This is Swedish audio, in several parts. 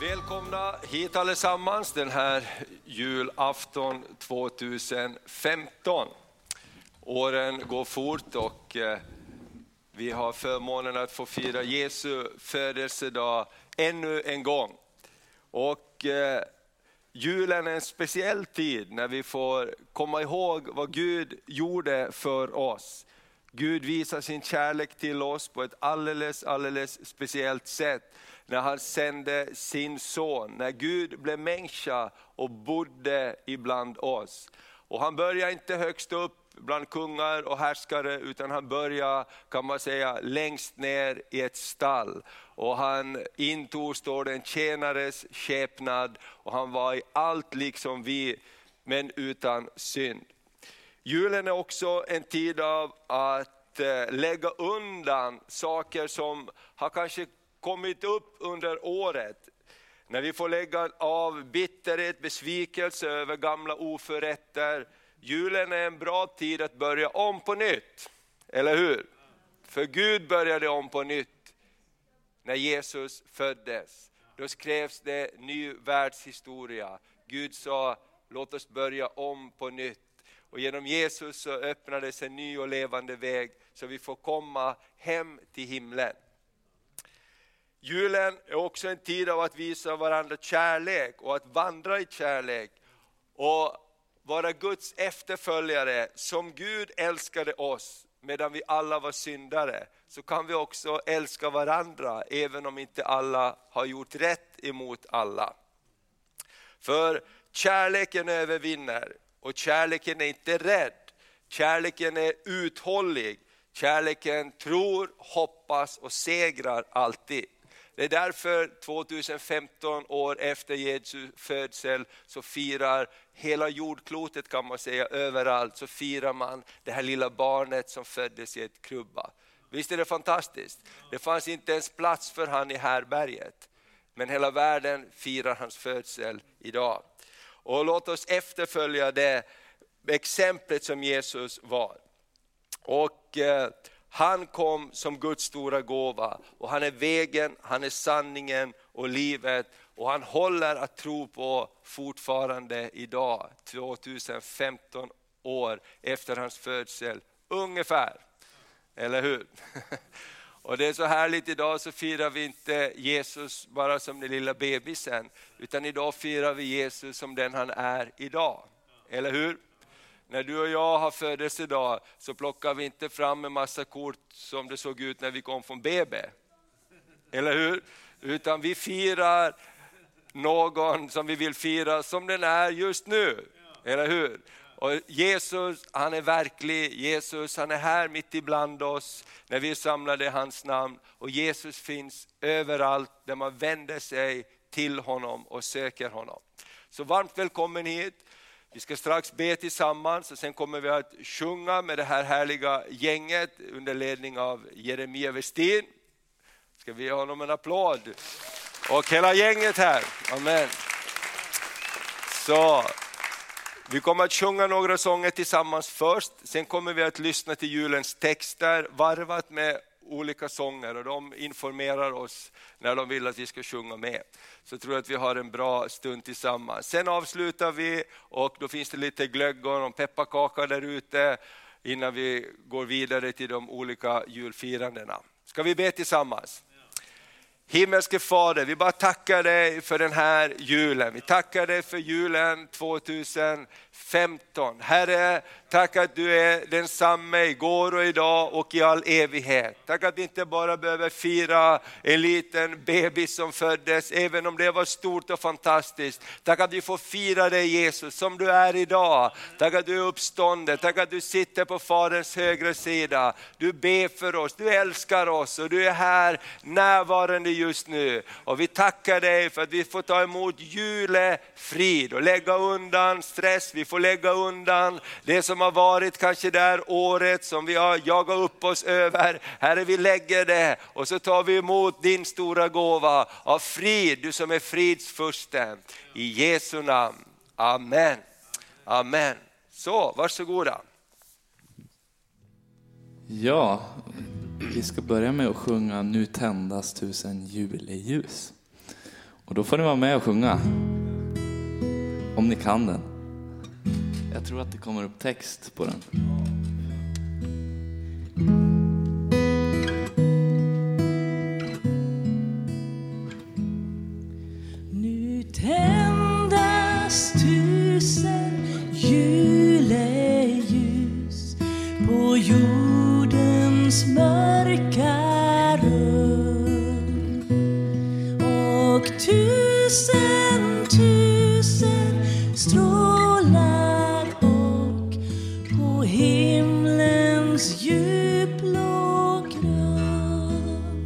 Välkomna hit allesammans den här julafton 2015. Åren går fort och vi har förmånen att få fira Jesu födelsedag ännu en gång. Och julen är en speciell tid när vi får komma ihåg vad Gud gjorde för oss. Gud visar sin kärlek till oss på ett alldeles speciellt sätt. När han sände sin son, när Gud blev människa och bodde ibland oss. Och han började inte högst upp bland kungar och härskare, utan han började, kan man säga, längst ner i ett stall. Och han intog, står det, en tjänares skepnad, och han var i allt liksom vi, men utan synd. Julen är också en tid av att lägga undan saker som har kanske kommit upp under året. När vi får lägga av bitterhet, besvikelse över gamla oförrätter. Julen är en bra tid att börja om på nytt. Eller hur? För Gud började om på nytt när Jesus föddes. Då skrevs det ny världshistoria. Gud sa, låt oss börja om på nytt. Och genom Jesus så öppnades en ny och levande väg, så vi får komma hem till himlen. Julen är också en tid av att visa varandra kärlek och att vandra i kärlek. Och vara Guds efterföljare. Som Gud älskade oss medan vi alla var syndare, så kan vi också älska varandra även om inte alla har gjort rätt emot alla. För kärleken övervinner. Och kärleken är inte rädd. Kärleken är uthållig. Kärleken tror, hoppas och segrar alltid. Det är därför 2015 år efter Jesu födsel så firar hela jordklotet, kan man säga, överallt så firar man det här lilla barnet som föddes i ett krubba. Visst är det fantastiskt? Det fanns inte ens plats för han i härberget. Men hela världen firar hans födsel idag. Och låt oss efterfölja det exemplet som Jesus var. Och han kom som Guds stora gåva. Och han är vägen, han är sanningen och livet. Och han håller att tro på fortfarande idag. 2015 år efter hans födsel. Ungefär. Eller hur? Och det är så härligt, idag så firar vi inte Jesus bara som den lilla bebisen. Utan idag firar vi Jesus som den han är idag. Eller hur? När du och jag har födelsedag så plockar vi inte fram en massa kort som det såg ut när vi kom från BB. Eller hur? Utan vi firar någon som vi vill fira som den är just nu. Eller hur? Och Jesus, han är verklig. Jesus, han är här mitt ibland oss när vi samlade i hans namn. Och Jesus finns överallt där man vänder sig till honom och söker honom. Så varmt välkommen hit. Vi ska strax be tillsammans och sen kommer vi att sjunga med det här härliga gänget under ledning av Jeremia Westin. Ska vi ge honom en applåd? Och hela gänget här. Amen. Så vi kommer att sjunga några sånger tillsammans först. Sen kommer vi att lyssna till julens texter varvat med olika sånger. Och de informerar oss när de vill att vi ska sjunga med. Så tror jag att vi har en bra stund tillsammans. Sen avslutar vi och då finns det lite glögg och pepparkaka där ute innan vi går vidare till de olika julfirandena. Ska vi be tillsammans? Himmelske Fader, vi bara tackar dig för den här julen. Vi tackar dig för julen 2015. Herre, tack att du är densamme igår och idag och i all evighet. Tack att vi inte bara behöver fira en liten bebis som föddes, även om det var stort och fantastiskt. Tack att vi får fira dig Jesus som du är idag. Tack att du är uppstånden. Tack att du sitter på Faderns högra sida. Du ber för oss, du älskar oss och du är här närvarande just nu. Och vi tackar dig för att vi får ta emot julefrid och lägga undan stress. Vi får lägga undan det som har varit kanske där året som vi har jagat upp oss över. Herre, vi lägger det och så tar vi emot din stora gåva av frid, du som är fridsfursten. I Jesu namn. Amen. Amen. Så, varsågoda. Ja, vi ska börja med att sjunga Nu tändas tusen juleljus. Och då får ni vara med och sjunga. Om ni kan den. Jag tror att det kommer upp text på den. Nu tändas 1000 juleljus på jordens mörka rum, och 1000 strålar och på himlens djupblå grund,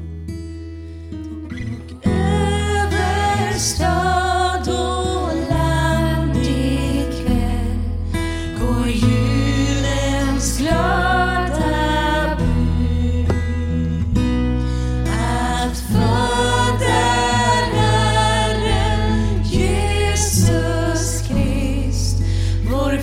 och över stad och land ikväll går julens glada bud, att födaren Jesus Krist, vår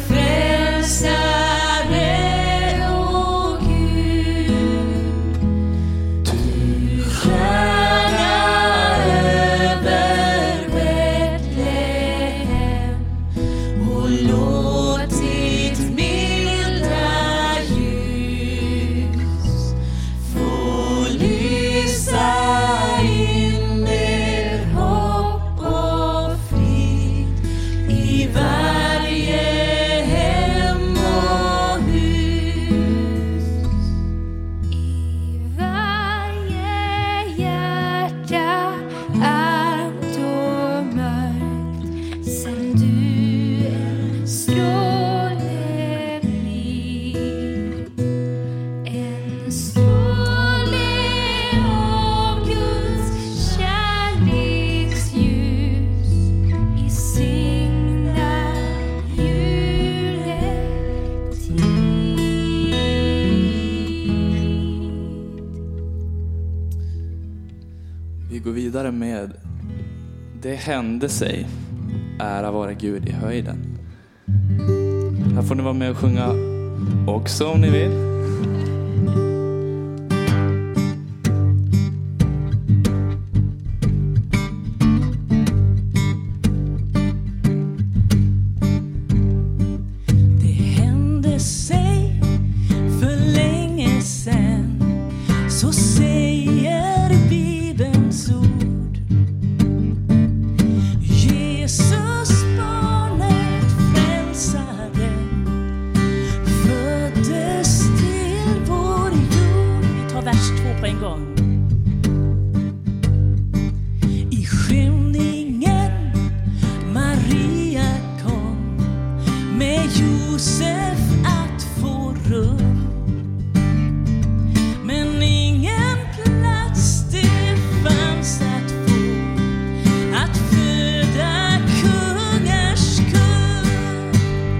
frälsare och Gud. Du stjärna över Betlehem, och låt ditt milda ljus få lysa in med hopp och frid i varje hem och hus. I varje hjärta allt och mörkt, sänd du en stråle blid, en stråle av Guds kärleksljus i signad juletid. Vi går vidare med Det hände sig, ära vare Gud i höjden. Här får ni vara med och sjunga också om ni vill. Det hände sig för länge sen, så säger Bibelns ord. Jesus barnet frälsare föddes till vår jord. Vi tar vers 2 på en gång. I skymningen Maria kom med Josef att få rum, men ingen plats det fanns att få, att föda kungars kung.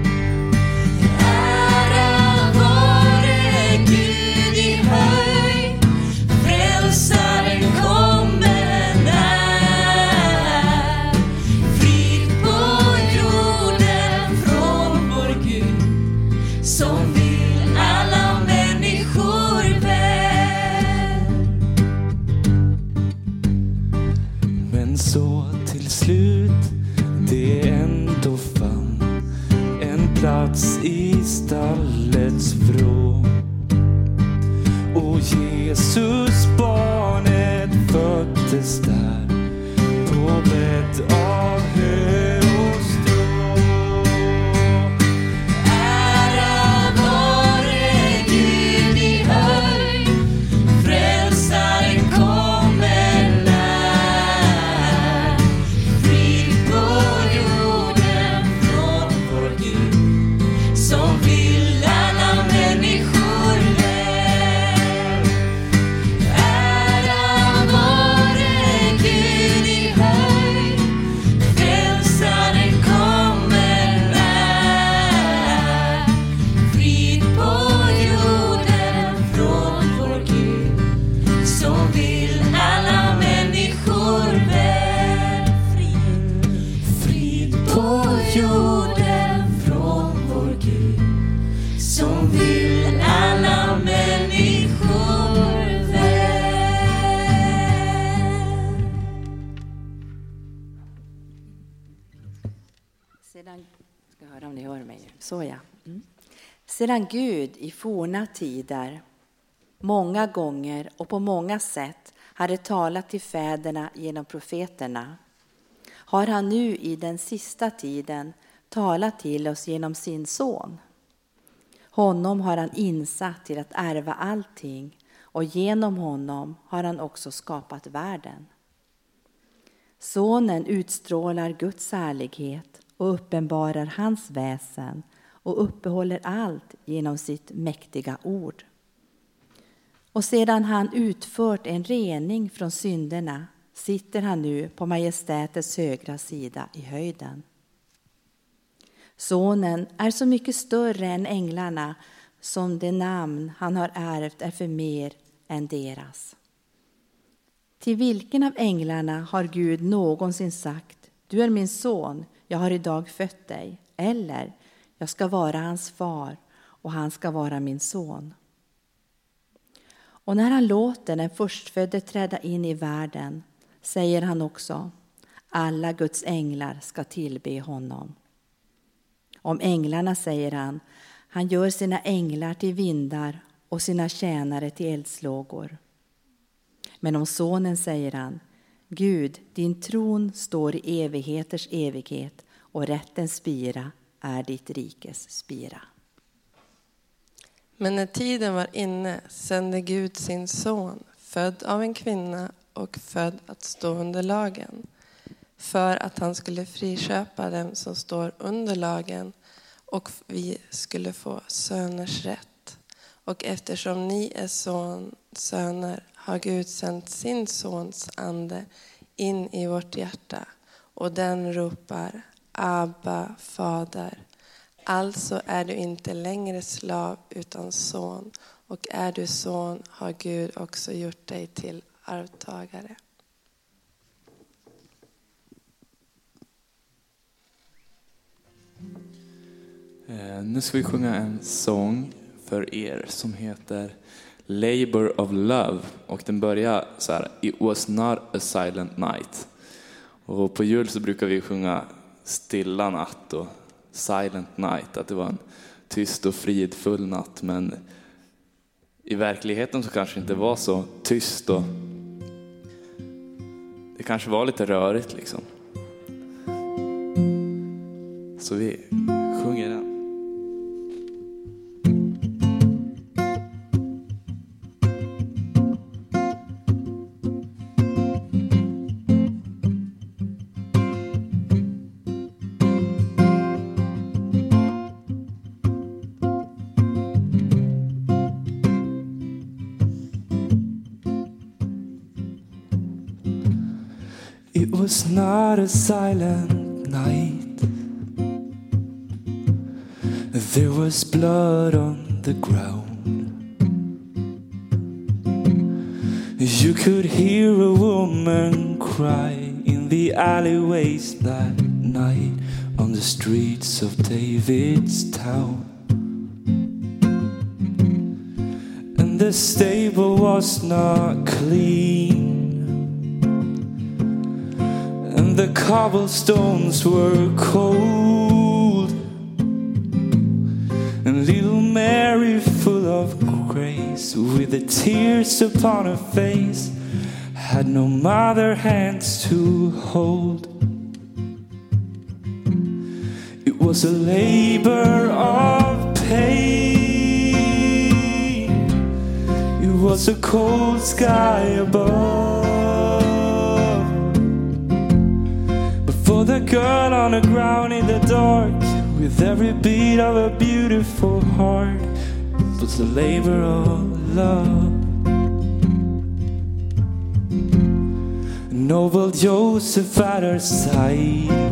Ära vare Gud i höjd, frälsaren kommer när. Frid på jorden från vår Gud, som vill alla människor väl. Men så till slut det ändå fann en plats i stallets vrå, och Jesus barnet föddes där på bädd av hö och strå. Ära vare Gud i höjd, frälsaren kommer när. Frid på jorden från vår Gud, som vill alla människor väl. Ära vare om ni hör mig. Så ja. Sedan Gud i forna tider många gånger och på många sätt hade talat till fäderna genom profeterna, har han nu i den sista tiden talat till oss genom sin son. Honom har han insatt till att ärva allting, och genom honom har han också skapat världen. Sonen utstrålar Guds härlighet och uppenbarar hans väsen och uppehåller allt genom sitt mäktiga ord. Och sedan han utfört en rening från synderna sitter han nu på majestätets högra sida i höjden. Sonen är så mycket större än änglarna, som det namn han har ärvt är för mer än deras. Till vilken av änglarna har Gud någonsin sagt: du är min son, jag har idag fött dig, eller jag ska vara hans far och han ska vara min son? Och när han låter den förstfödde träda in i världen säger han också: alla Guds änglar ska tillbe honom. Om änglarna säger han: han gör sina änglar till vindar och sina tjänare till eldslågor. Men om sonen säger han: Gud, din tron står i evigheters evighet och rättens spira är ditt rikes spira. Men när tiden var inne sände Gud sin son, född av en kvinna och född att stå under lagen, för att han skulle friköpa dem som står under lagen, och vi skulle få söners rätt. Och eftersom ni är söner har Gud sänt sin sons ande in i vårt hjärta, och den ropar: Abba, fader. Alltså är du inte längre slav utan son, och är du son har Gud också gjort dig till arvtagare. Nu ska vi sjunga en sång för er som heter Labor of Love, och den börjar så här: It was not a silent night. Och på jul så brukar vi sjunga Stilla natt och Silent night, att det var en tyst och fridfull natt, men i verkligheten så kanske det inte var så tyst, och det kanske var lite rörigt liksom. Så vi sjunger den. It was not a silent night. There was blood on the ground. You could hear a woman cry in the alleyways that night on the streets of David's town. And the stable was not clean. The cobblestones were cold, and little Mary, full of grace, with the tears upon her face, had no mother hands to hold. It was a labor of pain. It was a cold sky above. For the girl on the ground in the dark, with every beat of a beautiful heart, it was a labor of love. Noble Joseph at her side,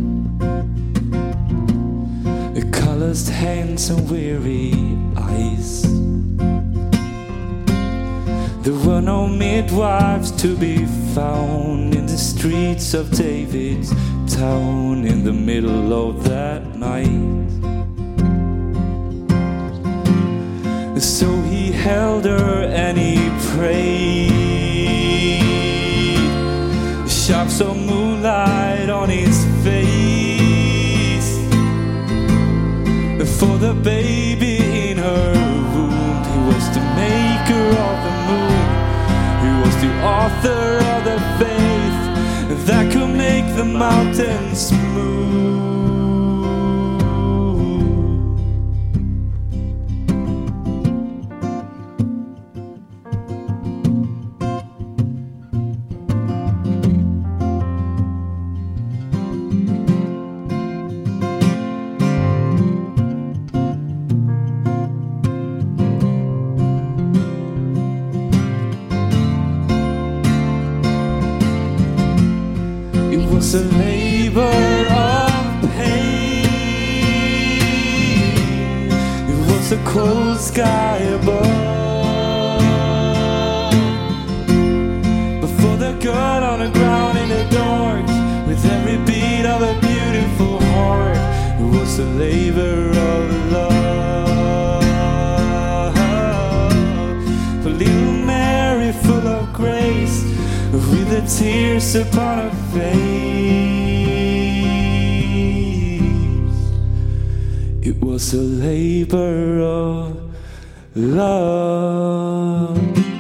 calloused hands and weary eyes. There were no midwives to be found in the streets of David's town in the middle of that night. So he held her and he prayed, shafts of moonlight on his face. before the baby in her womb. He was the maker of the moon. He was the author of the faith that could make the mountains smooth. A labor of pain. It was a cold sky above. Before the girl on the ground in the dark, with every beat of a beautiful heart. It was a labor of love. For little Mary, full of grace, with the tears upon her face. It was a labor of love.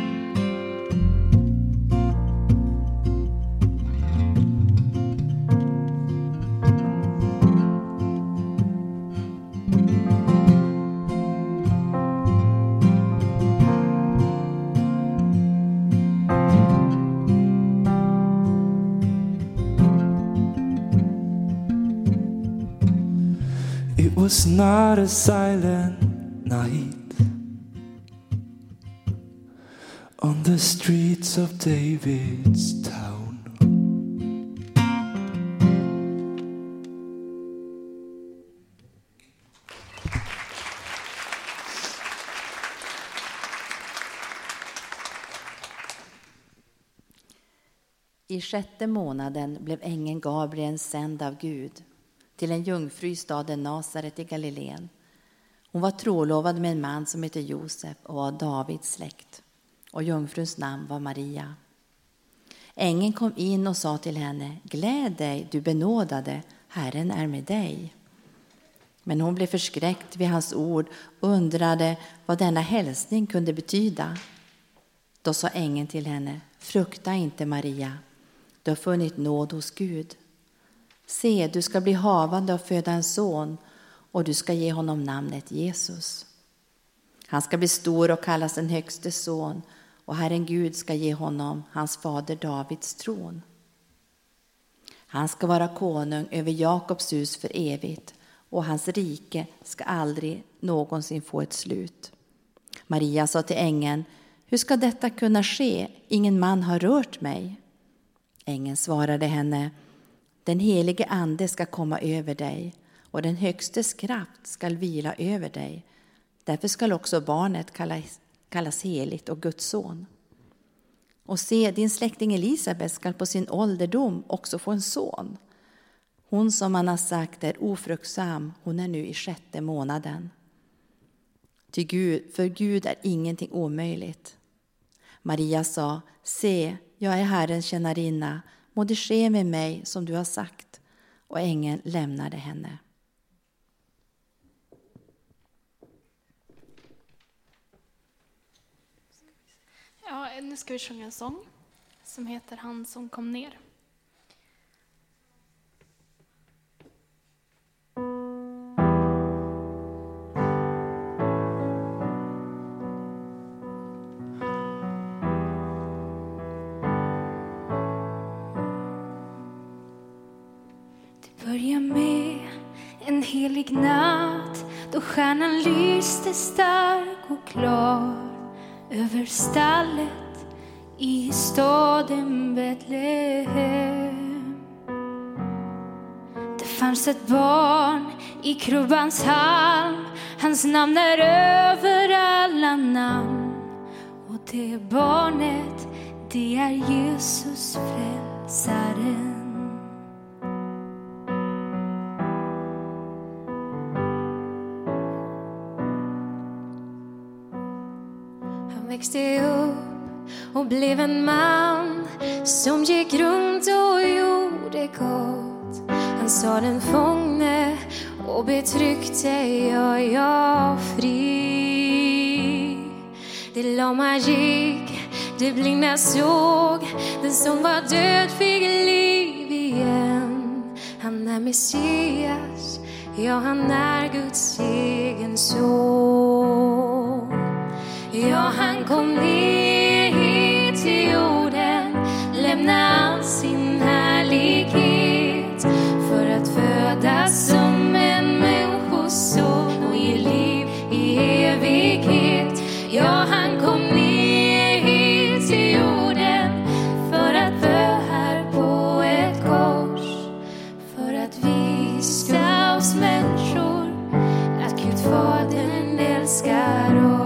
It was not a silent night on the streets of David's town. I 6:e månaden blev ängeln Gabriel sänd av Gud till en jungfru i staden Nasaret i Galileen. Hon var trolovad med en man som hette Josef och var Davids släkt. Och jungfruns namn var Maria. Ängeln kom in och sa till henne: Gläd dig, du benådade, Herren är med dig. Men hon blev förskräckt vid hans ord och undrade vad denna hälsning kunde betyda. Då sa ängeln till henne: Frukta inte, Maria, du har funnit nåd hos Gud. Se, du ska bli havande och föda en son, och du ska ge honom namnet Jesus. Han ska bli stor och kallas den högste son, och Herren Gud ska ge honom hans fader Davids tron. Han ska vara konung över Jakobs hus för evigt, och hans rike ska aldrig någonsin få ett slut. Maria sa till ängeln: Hur ska detta kunna ske? Ingen man har rört mig. Ängeln svarade henne: Den helige ande ska komma över dig, och den högstes kraft ska vila över dig. Därför ska också barnet kallas heligt och Guds son. Och se, din släkting Elisabet ska på sin ålderdom också få en son. Hon som man har sagt är ofruktsam, hon är nu i 6:e månaden. För Gud är ingenting omöjligt. Maria sa: Se, jag är Herrens tjänarinna. Må det ske med mig som du har sagt. Och ängeln lämnade henne. Ja, nu ska vi sjunga en sång som heter Han som kom ner. Börja med en helig natt då stjärnan lyste stark och klar över stallet i staden Betlehem. Det fanns ett barn i krubbans halm, hans namn är över alla namn. Och det barnet, det är Jesus frälsaren. Växte upp och blev en man som gick runt och gjorde gott. Han sa den fångne och betryckte gör jag fri. Det lama gick, det blinda såg, den som var död fick liv igen. Han är Messias, ja han är Guds egen son. Ja han kom ner hit till jorden, lämna all sin härlighet för att födas som en människoson och ge liv i evighet. Ja han kom ner hit till jorden för att dö här på ett kors, för att visa oss människor att Gud Fadern älskar oss.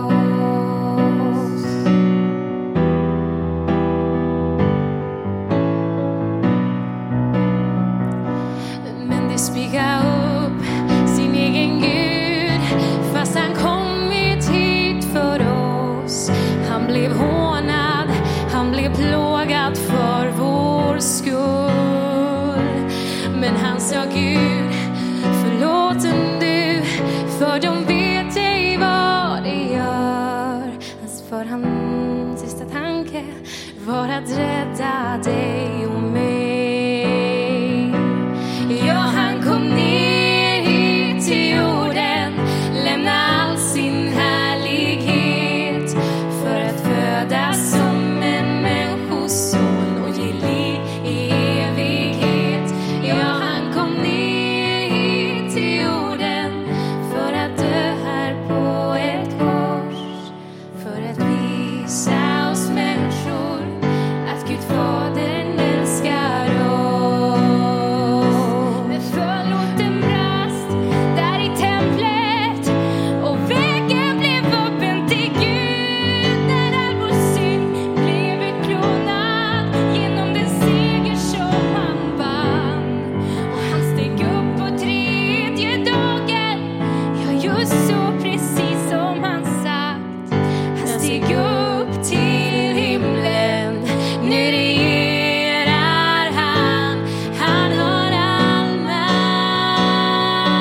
Men det spiga upp sin egen Gud, fast han kommit hit för oss. Han blev hånad, han blev plågad för vår skull. Men han sa Gud, förlåten du, för de vet ej vad de gör. För hans sista tanke var att rädda dig och mig. Ja, han kom ner hit till jorden, lämna all sin härlighet för att födas som en människoson och ge liv i evighet. Ja, han kom ner hit till jorden för att dö här på ett kors, för att visa oss människor att Gud Fadern älskar oss. Men förlåt en brast där i templet och vägen blev öppen till Gud, när all vår synd blev utplånad genom den seger som han vann. Och han steg upp på tredje dagen, ja just så precis som han sagt. Han steg upp till himlen, nu regerar han, han har all makt.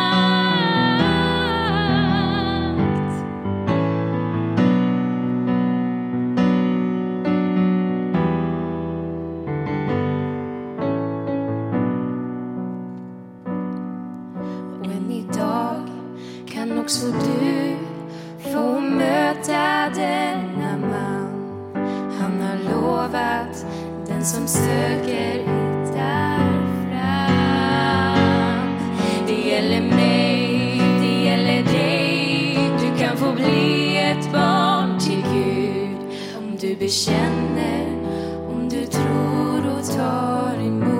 Och än idag kan också du få möta denna man. Han har lovat, den som söker hittar fram. Det gäller mig, det gäller dig. Du kan få bli ett barn till Gud om du bekänner, om du tror och tar emot.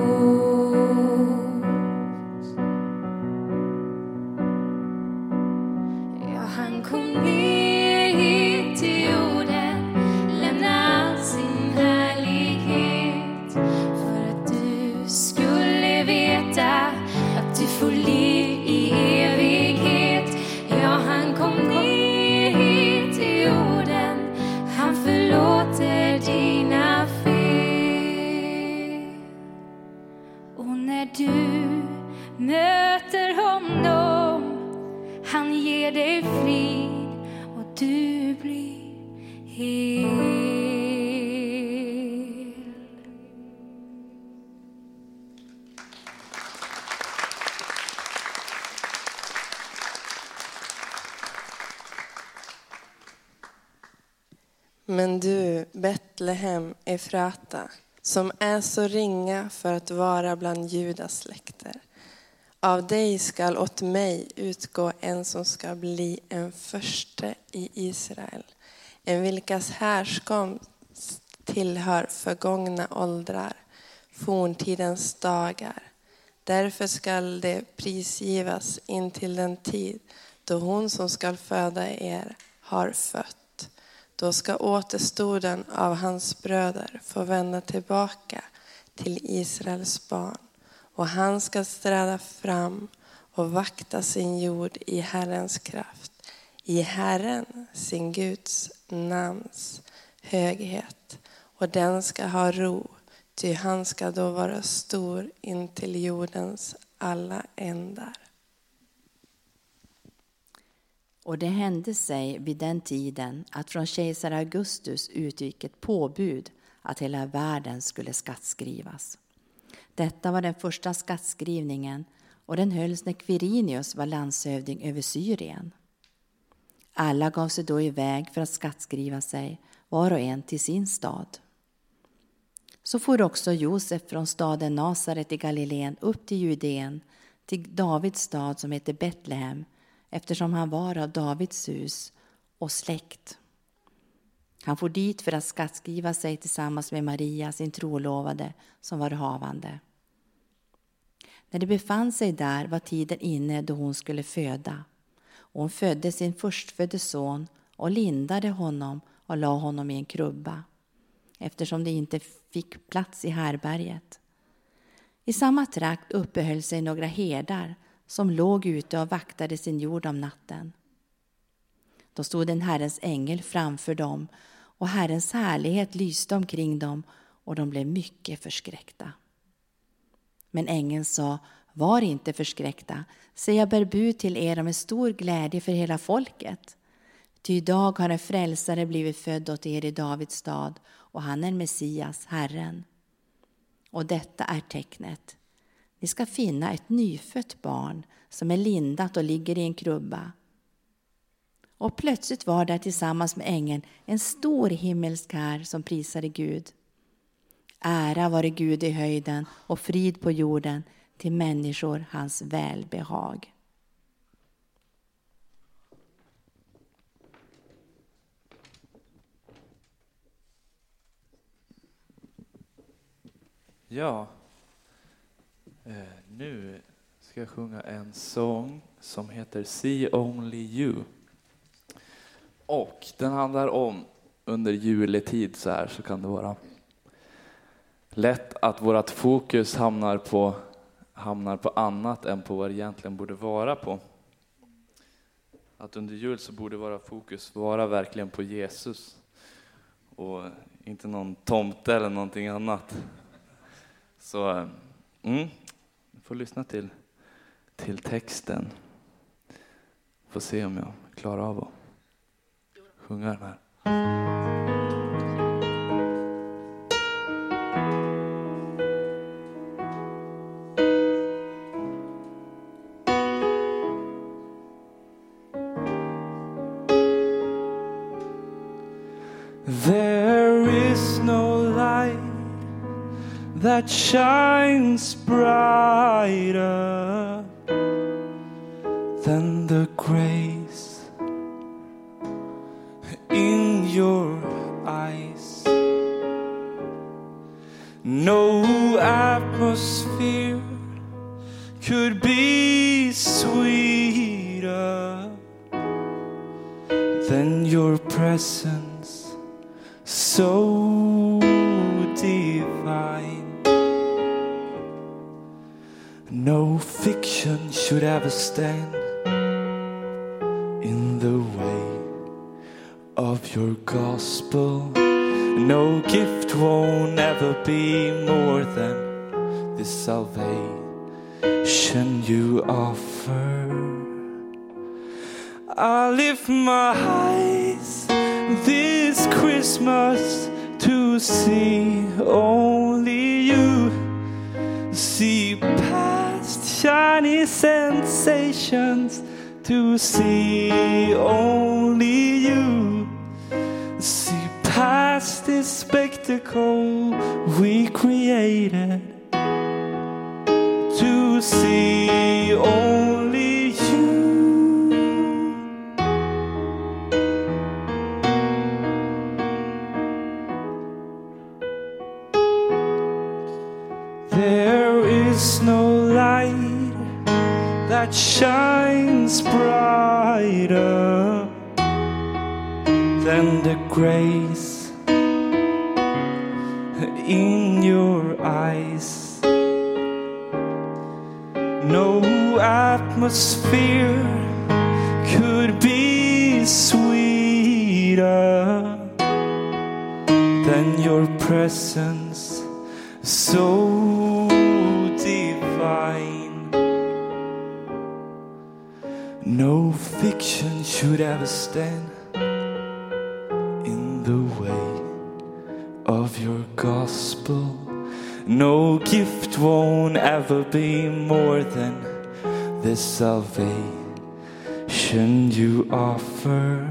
Ja, han kom ner hit till jorden, lämna all sin härlighet för att du skulle veta att du får liv i evighet. Ja, han kom ner hit till jorden, han förlåter dina fel. Och när du möter honom, han ger dig frid och du blir hel. Men du, Betlehem Efrata, som är så ringa för att vara bland Judas släkter. Av dig skall åt mig utgå en som ska bli en förste i Israel, en vilkas härkomst tillhör förgångna åldrar, forntidens dagar. Därför skall det prisgivas in till den tid då hon som skall föda er har fött. Då ska återstoden av hans bröder få vända tillbaka till Israels barn. Och han ska träda fram och vakta sin jord i Herrens kraft. I Herren, sin Guds namns höghet. Och den ska ha ro, ty han ska då vara stor in till jordens alla ändar. Och det hände sig vid den tiden att från kejsar Augustus utgick ett påbud att hela världen skulle skattskrivas. Detta var den första skattskrivningen och den hölls när Quirinius var landshövding över Syrien. Alla gav sig då iväg för att skattskriva sig, var och en till sin stad. Så for också Josef från staden Nasaret i Galileen upp till Judeen, till Davids stad som heter Betlehem, eftersom han var av Davids hus och släkt. Han for dit för att skattskriva sig tillsammans med Maria, sin trolovade, som var havande. När det befann sig där var tiden inne då hon skulle föda. Och hon födde sin förstfödde son och lindade honom och la honom i en krubba, eftersom det inte fick plats i härberget. I samma trakt uppehöll sig några herdar som låg ute och vaktade sin jord om natten. Då stod en Herrens ängel framför dem, och Herrens härlighet lyste omkring dem, och de blev mycket förskräckta. Men ängeln sa: var inte förskräckta, se jag bär bud till er om en stor glädje för hela folket. Ty idag har en frälsare blivit född åt er i Davids stad, och han är Messias, Herren. Och detta är tecknet. Ni ska finna ett nyfött barn som är lindat och ligger i en krubba. Och plötsligt var där tillsammans med ängeln en stor himmelsk här som prisade Gud. Ära vare Gud i höjden och frid på jorden till människor hans välbehag. Ja, nu ska jag sjunga en sång som heter See Only You. Och den handlar om under juletid så kan det vara lätt att vårt fokus hamnar på annat än på vad det egentligen borde vara på. Att under jul så borde våra fokus vara verkligen på Jesus och inte någon tomte eller någonting annat. Så vi får lyssna till texten. Får se om jag klarar av att sjunga den här. There is no light that shines brighter than the grace in your eyes. No atmosphere could be sweeter than your presence, so divine. No fiction should ever stand in the way of your gospel. No gift won't ever be more than this salvation you offer. I lift my eyes this Christmas to see only you. See past shiny sensations to see only you. See past this spectacle we created to see only you. There is no light that shines brighter than the grace in your eyes. No atmosphere could be sweeter than your presence, so divine. No fiction should ever stand in the way of your gospel. No gift won't ever be more than the salvation you offer.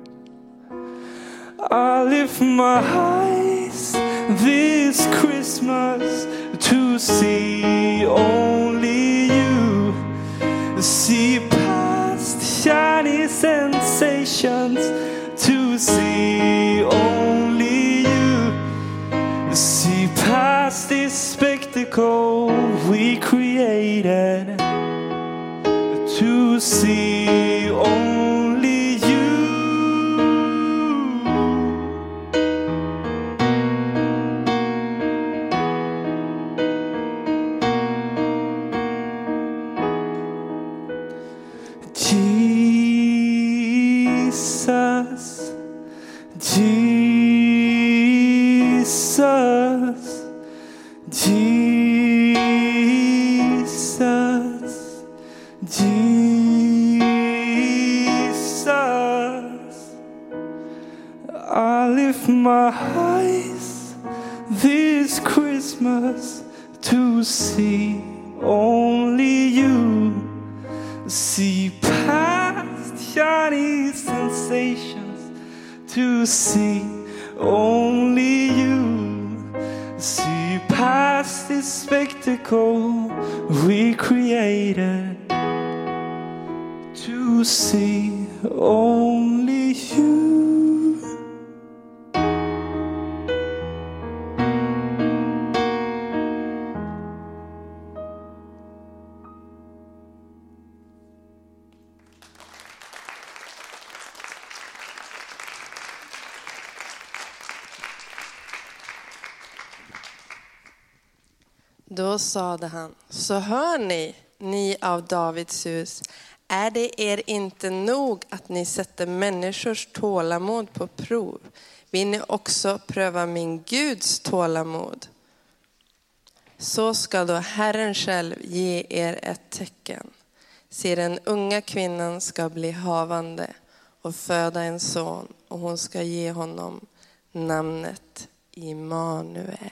I lift my eyes this Christmas to see only you. See past shiny sensations to see only you. See past this spectacle we created to see only you. Jesus, Jesus, Jesus, Jesus. I lift my eyes this Christmas to see only you. See past shiny sensations to see only you. See past this spectacle we created to see only you. Då sade han, så hör ni av Davids hus, är det er inte nog att ni sätter människors tålamod på prov? Vill ni också pröva min Guds tålamod? Så ska då Herren själv ge er ett tecken. Se, den unga kvinnan ska bli havande och föda en son, och hon ska ge honom namnet Immanuel.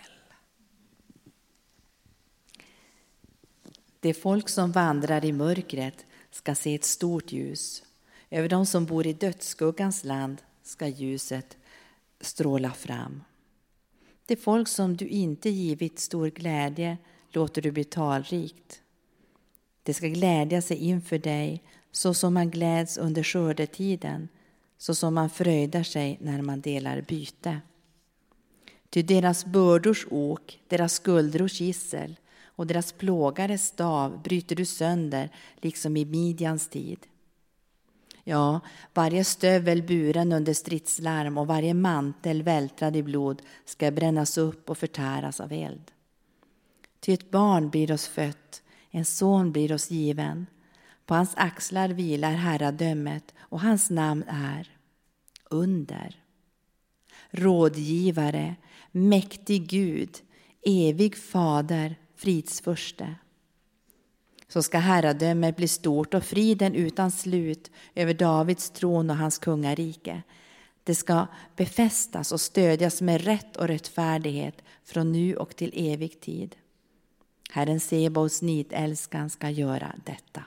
Det folk som vandrar i mörkret ska se ett stort ljus. Över de som bor i dödsskuggans land ska ljuset stråla fram. Det folk som du inte givit stor glädje låter du bli talrikt. Det ska glädja sig inför dig så som man gläds under skördetiden, så som man fröjdar sig när man delar byte. Ty deras bördors ok, deras skuldrors gissel och deras plågares stav bryter du sönder, liksom i Midjans tid. Ja, varje stövel buren under stridslarm och varje mantel vältrad i blod ska brännas upp och förtäras av eld. Ty ett barn blir oss fött, en son blir oss given. På hans axlar vilar herradömet, och hans namn är Under, Rådgivare, mäktig Gud, evig fader, fridsförste. Så ska herradömet bli stort och friden utan slut över Davids tron och hans kungarike. Det ska befästas och stödjas med rätt och rättfärdighet från nu och till evig tid. Herren Sebaots nitälskan ska göra detta.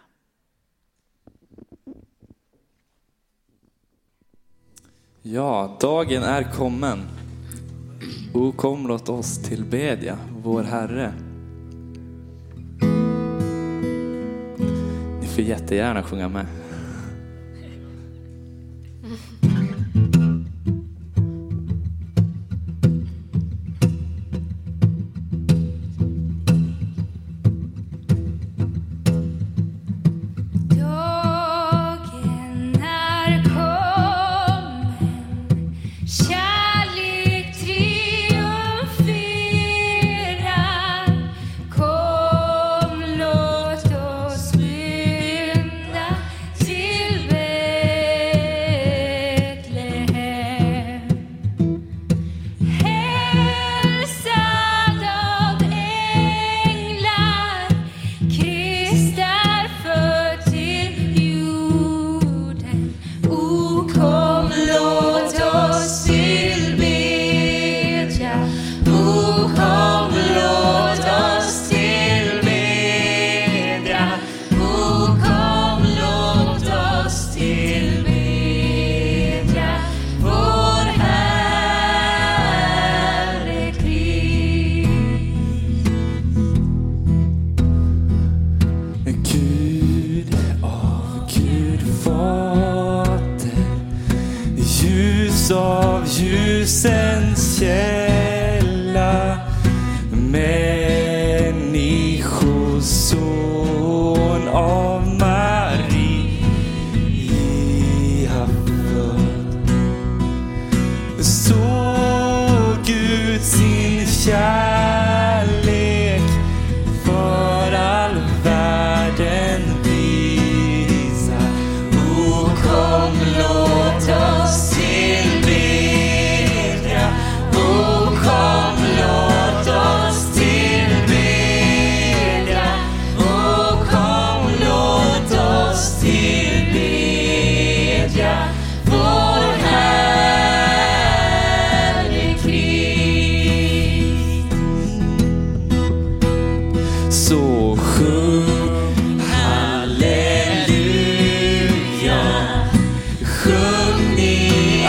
Ja, dagen är kommen. O kom låt oss tillbedja vår Herre. Ni får jättegärna sjunga med. källa, människoson av Maria född. Så Gud sin kärlek för all världen visa. O kom, låt oss tillbedja. O kom, låt oss tillbedja. O kom, låt oss tillbedja vår Herre Krist. Så sjung halleluja, sjung ni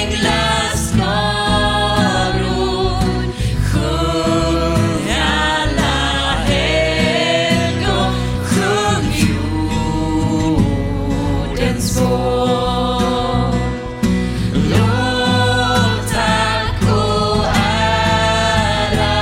änglaskaror, sjung alla helgon, sjung jordens folk. Lov, tack och ära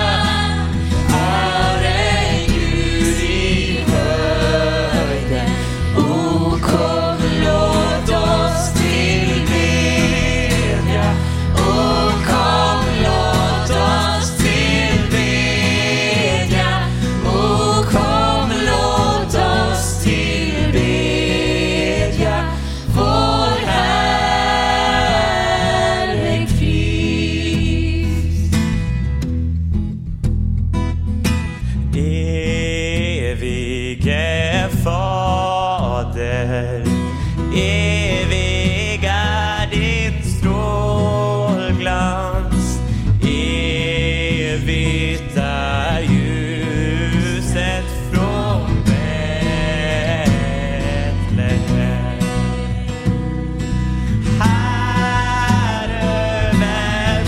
är Gud i höjden. O kom, låt oss tillbedja. O kom, låt oss tillbedja. O kom, låt oss tillbedja vår Herre Krist. Evige Fader, evig är din strålglans, evigt är ljuset från Betlehem. Här över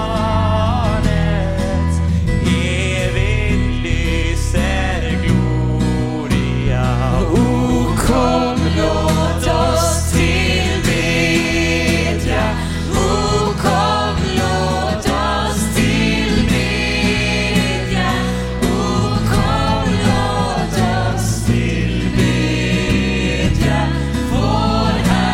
barnet evigt lyser gloria. O kom, låt oss tillbedja. O kom, låt oss tillbedja. O kom, låt oss tillbedja vår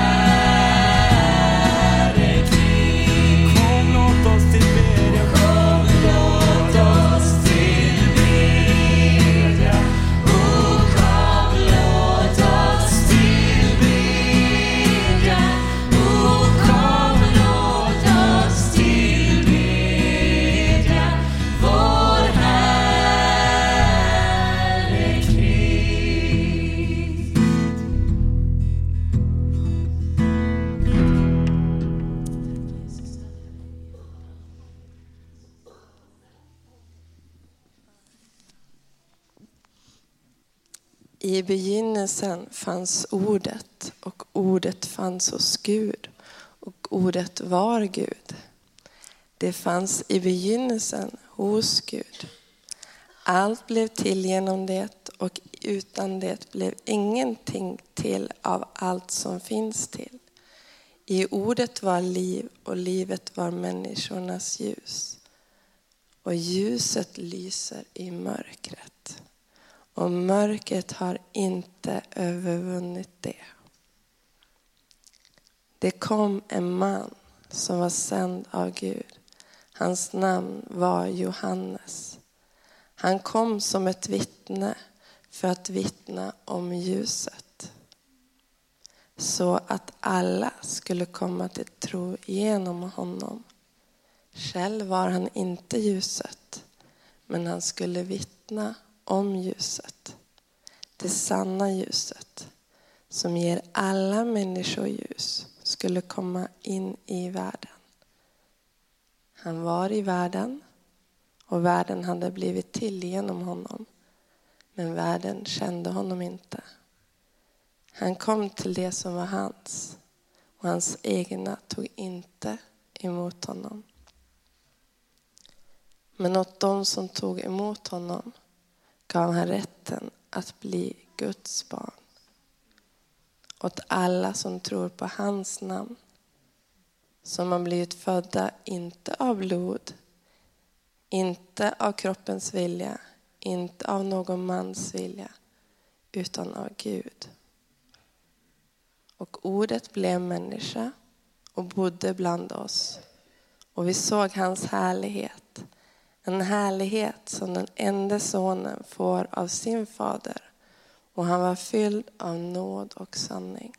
Herre Krist. Kom, låt oss tillbedja. Kom, låt oss tillbedja. O kom, låt oss tillbedja. O kom, låt oss tillbedja vår Herre Krist. I begynnelsen fanns ordet, och ordet fanns hos Gud, och ordet var Gud. Det fanns i begynnelsen hos Gud. Allt blev till genom det, och utan det blev ingenting till av allt som finns till. I ordet var liv, och livet var människornas ljus. Och ljuset lyser i mörkret, och mörkret har inte övervunnit det. Det kom en man som var sänd av Gud. Hans namn var Johannes. Han kom som ett vittne för att vittna om ljuset, så att alla skulle komma till tro genom honom. Själv var han inte ljuset, men han skulle vittna om ljuset, det sanna ljuset som ger alla människor ljus, skulle komma in i världen. Han var i världen, och världen hade blivit till genom honom, men världen kände honom inte. Han kom till det som var hans, och hans egna tog inte emot honom. Men åt de som tog emot honom gav han rätten att bli Guds barn. Åt alla som tror på hans namn, som har blivit födda inte av blod, inte av kroppens vilja, inte av någon mans vilja, utan av Gud. Och ordet blev människa och bodde bland oss. Och vi såg hans härlighet, en härlighet som den enda sonen får av sin fader. Och han var fylld av nåd och sanning.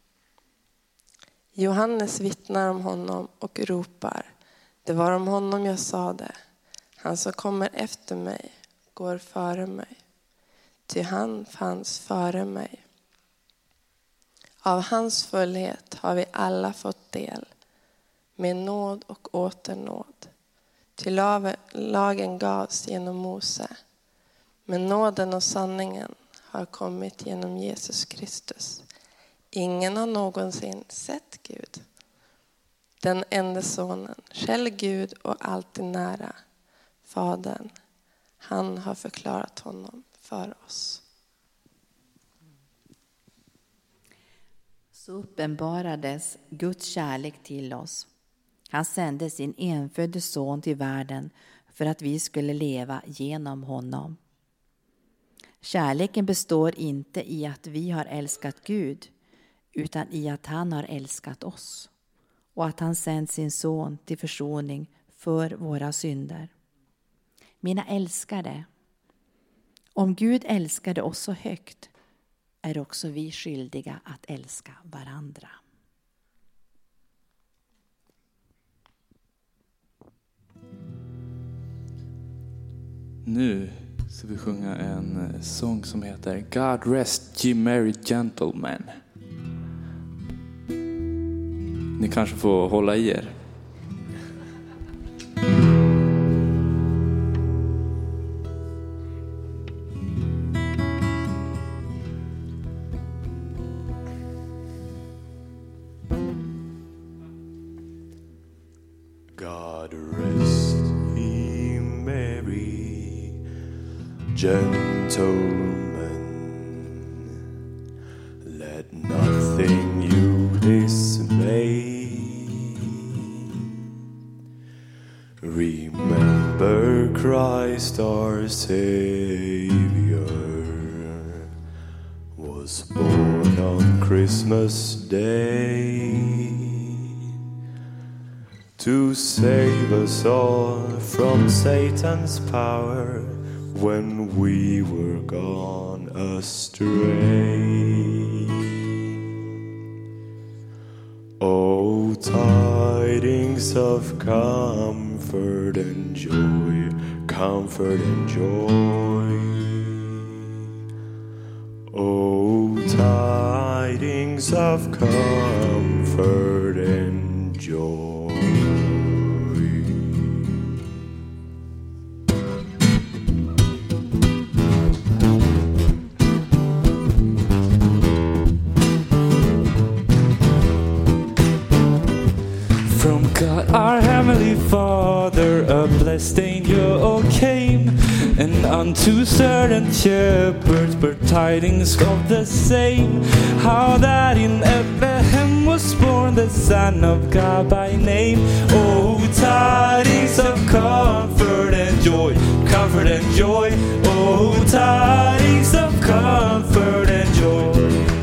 Johannes vittnar om honom och ropar: det var om honom jag sade, han som kommer efter mig går före mig. Ty han fanns före mig. Av hans fullhet har vi alla fått del, med nåd och åter nåd. Till lagen gavs genom Mose, men nåden och sanningen har kommit genom Jesus Kristus. Ingen har någonsin sett Gud. Den enda sonen, själv Gud och alltid nära, Fadern, han har förklarat honom för oss. Så uppenbarades Guds kärlek till oss. Han sände sin enfödde son till världen för att vi skulle leva genom honom. Kärleken består inte i att vi har älskat Gud, utan i att han har älskat oss och att han sänt sin son till försoning för våra synder. Mina älskade, om Gud älskade oss så högt är också vi skyldiga att älska varandra. Nu ska vi sjunga en sång som heter God Rest Ye Merry Gentlemen. Ni kanske får hålla i er. God rest ye merry gentlemen, let nothing you dismay. Remember Christ our Savior was born on Christmas Day to save us all from Satan's power when we were gone astray. Oh, tidings of comfort and joy, comfort and joy. Oh, tidings of comfort and joy. God, our Heavenly Father, a blessed angel came, and unto certain shepherds brought tidings of the same, how that in Bethlehem was born the Son of God by name. Oh, tidings of comfort and joy, comfort and joy. Oh, tidings of comfort and joy.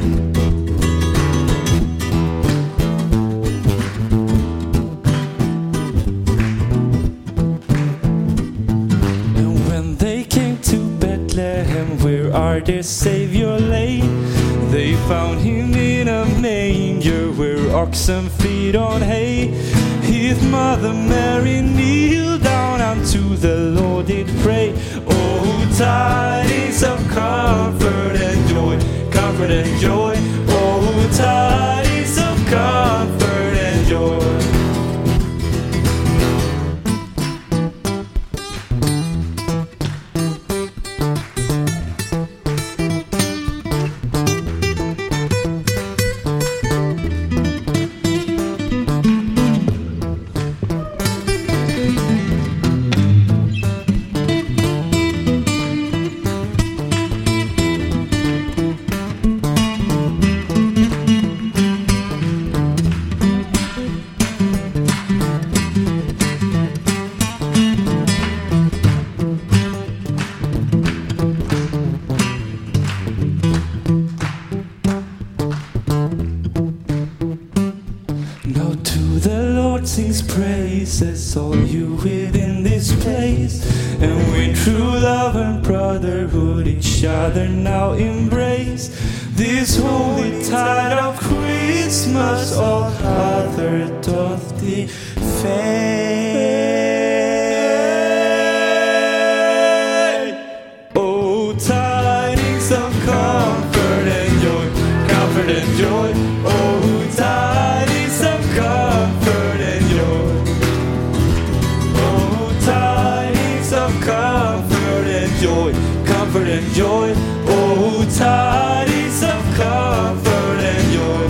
Where our dear Savior lay, they found him in a manger where oxen feed on hay. His mother Mary kneeled down unto the Lord did pray. Oh, tidings of comfort and joy, comfort and joy. Oh, tidings of comfort and joy. this place. And we true love and brotherhood each other now embrace. This holy tide of Christmas all other doth defade. Oh, tidings of comfort and joy, comfort and joy. Oh, tidings of comfort and joy. Oh, tidings of comfort and joy, comfort and joy. Oh, tidings of comfort and joy.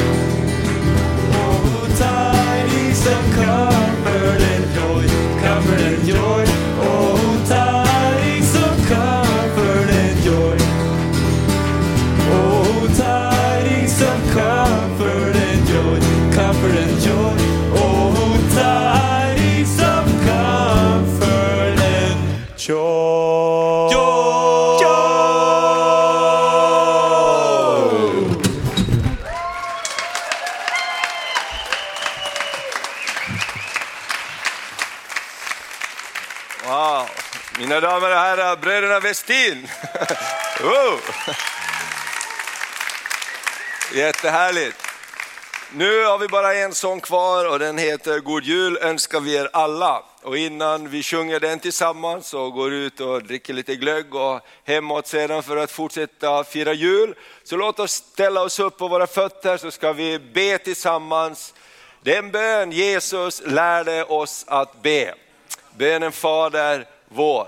Oh, tidings of comfort and joy, comfort and joy. Oh, tidings of comfort and joy. Oh, tidings of comfort and joy, comfort and joy. Oh, tidings of comfort and joy. Wow, mina damer och herrar, bröderna Westin. Oh. Jättehärligt. Nu har vi bara en sång kvar och den heter God jul önskar vi er alla. Och innan vi sjunger den tillsammans så går ut och dricker lite glögg och hemåt sedan för att fortsätta fira jul. Så låt oss ställa oss upp på våra fötter så ska vi be tillsammans. Den bön Jesus lärde oss att be. Bönen Fader vår.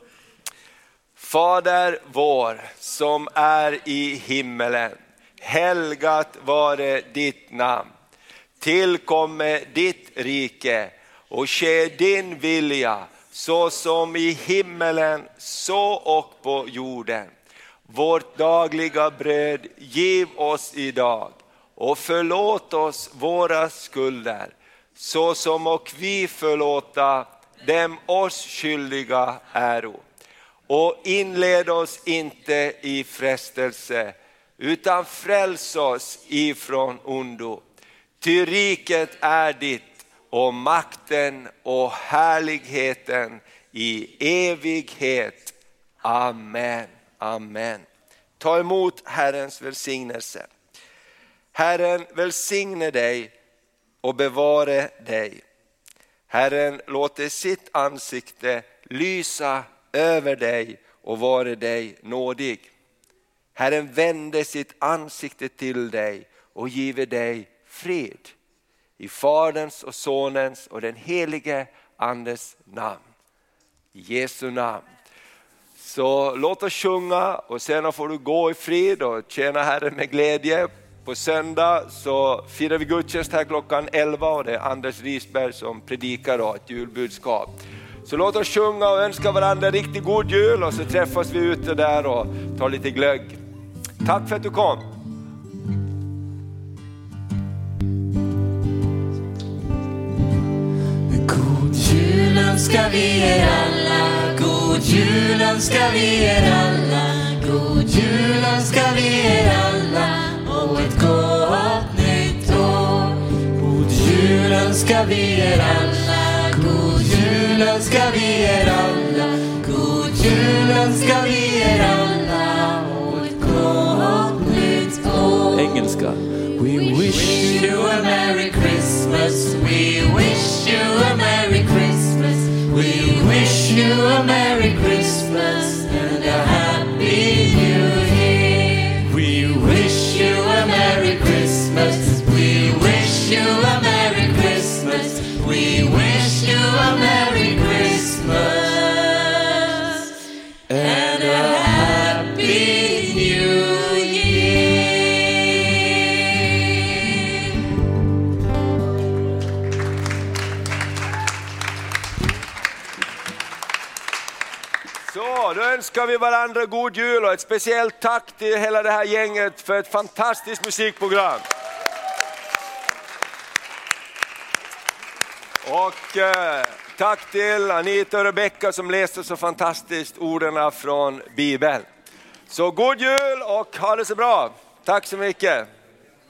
Fader vår som är i himmelen. Helgat vare ditt namn. Tillkomme ditt rike och ske din vilja så som i himmelen så och på jorden. Vårt dagliga bröd giv oss idag och förlåt oss våra skulder så som och vi förlåta dem oss skyldiga äro. Och inled oss inte i frestelse utan fräls oss ifrån ondo. Ty riket är ditt och makten och härligheten i evighet. Amen. Amen. Ta emot Herrens välsignelse. Herren välsigne dig och bevare dig. Herren låter sitt ansikte lysa över dig och vare dig nådig. Herren vände sitt ansikte till dig och giver dig frid. I Faderns och Sonens och den helige Andes namn. I Jesu namn. Så låt oss sjunga och sen får du gå i frid och tjäna Herren med glädje. På söndag så firar vi gudstjänst här klockan 11 och det är Anders Risberg som predikar då ett julbudskap. Så låt oss sjunga och önska varandra riktigt god jul och så träffas vi ute där och tar lite glögg. Tack för att du kom. God jul önskar vi er alla, god jul önskar vi er alla, god jul önskar vi er alla och ett gott nytt år. God jul önskar vi er alla, god jul önskar vi er alla, god jul önskar vi er alla och ett gott nytt år. Engelska. We wish you a Merry Christmas, we wish you a Merry Christmas, we wish you a Merry Christmas and a Happy New Year. We wish you a Merry Christmas, we wish you a Merry Christmas, we wish you a Merry Christmas and a Happy New Year. Så, då önskar vi varandra god jul och ett speciellt tack till hela det här gänget för ett fantastiskt musikprogram. Och tack till Anita och Rebecca som läste så fantastiskt orden från Bibeln. Så god jul och ha det så bra. Tack så mycket.